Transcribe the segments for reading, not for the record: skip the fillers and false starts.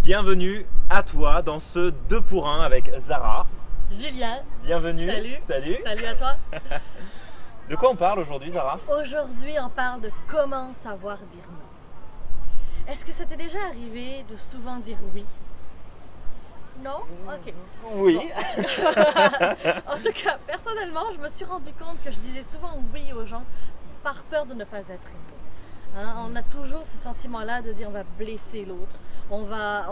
Bienvenue à toi dans ce 2 pour 1 avec Zara. Julien. Bienvenue. Salut. Salut. Salut à toi. De quoi on parle aujourd'hui, Zara? Aujourd'hui, on parle de comment savoir dire non. Est-ce que ça t'est déjà arrivé de souvent dire oui? Non? Ok. Oui. Bon. En tout cas, personnellement, je me suis rendu compte que je disais souvent oui aux gens par peur de ne pas être aimé. Hein, on a toujours ce sentiment-là de dire on va blesser l'autre, on va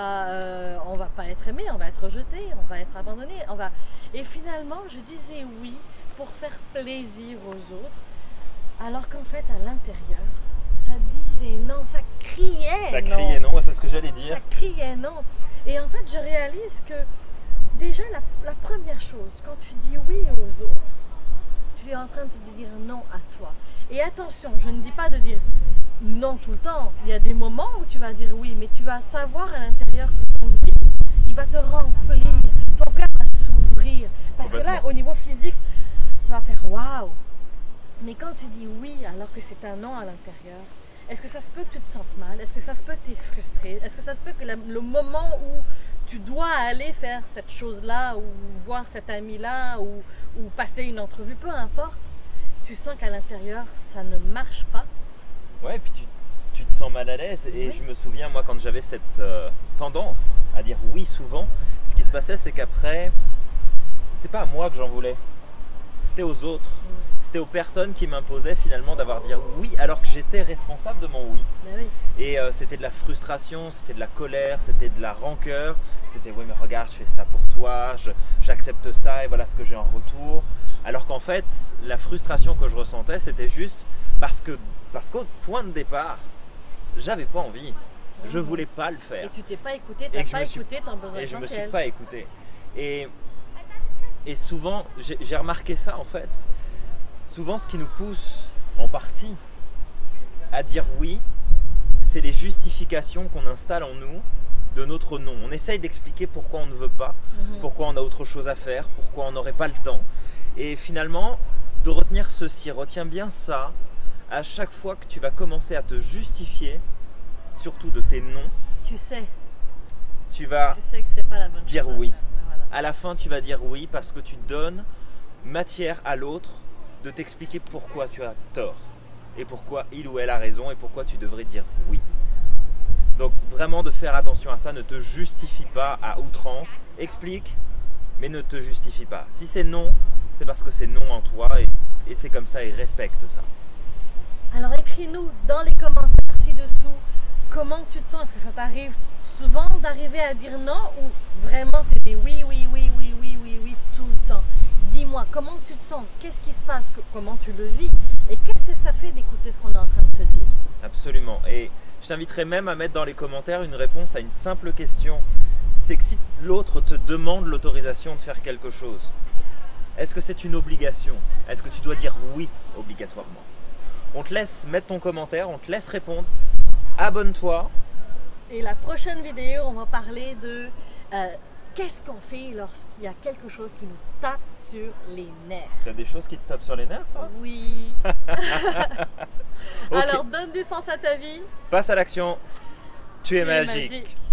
pas être aimé, on va être rejeté, on va être abandonné, Et finalement, je disais oui pour faire plaisir aux autres, alors qu'en fait, à l'intérieur, ça disait non, ça criait non. Ça criait non, c'est ce que j'allais dire. Ça criait non. Et en fait, je réalise que déjà, la première chose, quand tu dis oui aux autres, tu es en train de te dire non à toi. Et attention, je ne dis pas de dire non tout le temps. Il y a des moments où tu vas dire oui, mais tu vas savoir à l'intérieur que ton oui, il va te remplir, ton cœur va s'ouvrir. Parce que là, au niveau physique, ça va faire waouh. Mais quand tu dis oui alors que c'est un non à l'intérieur, est-ce que ça se peut que tu te sentes mal? Est-ce que ça se peut que tu es frustré? Est-ce que ça se peut que le moment où tu dois aller faire cette chose-là, ou voir cet ami-là, ou passer une entrevue, peu importe, tu sens qu'à l'intérieur, ça ne marche pas? Ouais, et puis tu te sens mal à l'aise. Et Oui. je me souviens, moi, quand j'avais cette tendance à dire oui souvent, ce qui se passait, c'est qu'après, c'est pas à moi que j'en voulais. C'était aux autres. C'était aux personnes qui m'imposaient finalement d'avoir dit oui, alors que j'étais responsable de mon oui. Ben oui. Et c'était de la frustration, c'était de la colère, c'était de la rancœur. C'était oui, mais regarde, je fais ça pour toi, j'accepte ça et voilà ce que j'ai en retour. Alors qu'en fait, la frustration que je ressentais, c'était juste parce qu'au point de départ, j'avais pas envie. Je voulais pas le faire. Et tu t'es pas écouté, t'as pas écouté ton besoin Et je me suis essentiel. pas écouté. Et souvent, j'ai remarqué ça en fait. Souvent, ce qui nous pousse en partie à dire oui, c'est les justifications qu'on installe en nous de notre non. On essaye d'expliquer pourquoi on ne veut pas, pourquoi on a autre chose à faire, pourquoi on n'aurait pas le temps. Et finalement, de retenir ceci, retiens bien ça, à chaque fois que tu vas commencer à te justifier, surtout de tes non, Tu sais tu vas que c'est pas la bonne dire chose à oui. faire. Ben voilà. À la fin, tu vas dire oui parce que tu donnes matière à l'autre de t'expliquer pourquoi tu as tort et pourquoi il ou elle a raison et pourquoi tu devrais dire oui. Donc vraiment de faire attention à ça, ne te justifie pas à outrance, explique, mais ne te justifie pas. Si c'est non, c'est parce que c'est non en toi et c'est comme ça et respecte ça. Alors écris-nous dans les commentaires ci-dessous comment tu te sens. Est-ce que ça t'arrive souvent d'arriver à dire non ou vraiment c'est des oui, oui, oui, oui, oui, oui, oui tout le temps? Dis-moi comment tu te sens, qu'est-ce qui se passe, comment tu le vis et qu'est-ce que ça te fait d'écouter ce qu'on est en train de te dire? Absolument. Et je t'inviterai même à mettre dans les commentaires une réponse à une simple question. C'est que si l'autre te demande l'autorisation de faire quelque chose, est-ce que c'est une obligation? Est-ce que tu dois dire oui obligatoirement? On te laisse mettre ton commentaire, on te laisse répondre. Abonne-toi. Et la prochaine vidéo, on va parler de qu'est-ce qu'on fait lorsqu'il y a quelque chose qui nous tape sur les nerfs. Tu as des choses qui te tapent sur les nerfs, toi? Oui. Ok. Alors donne du sens à ta vie. Passe à l'action. Tu es Tu es magique. magique.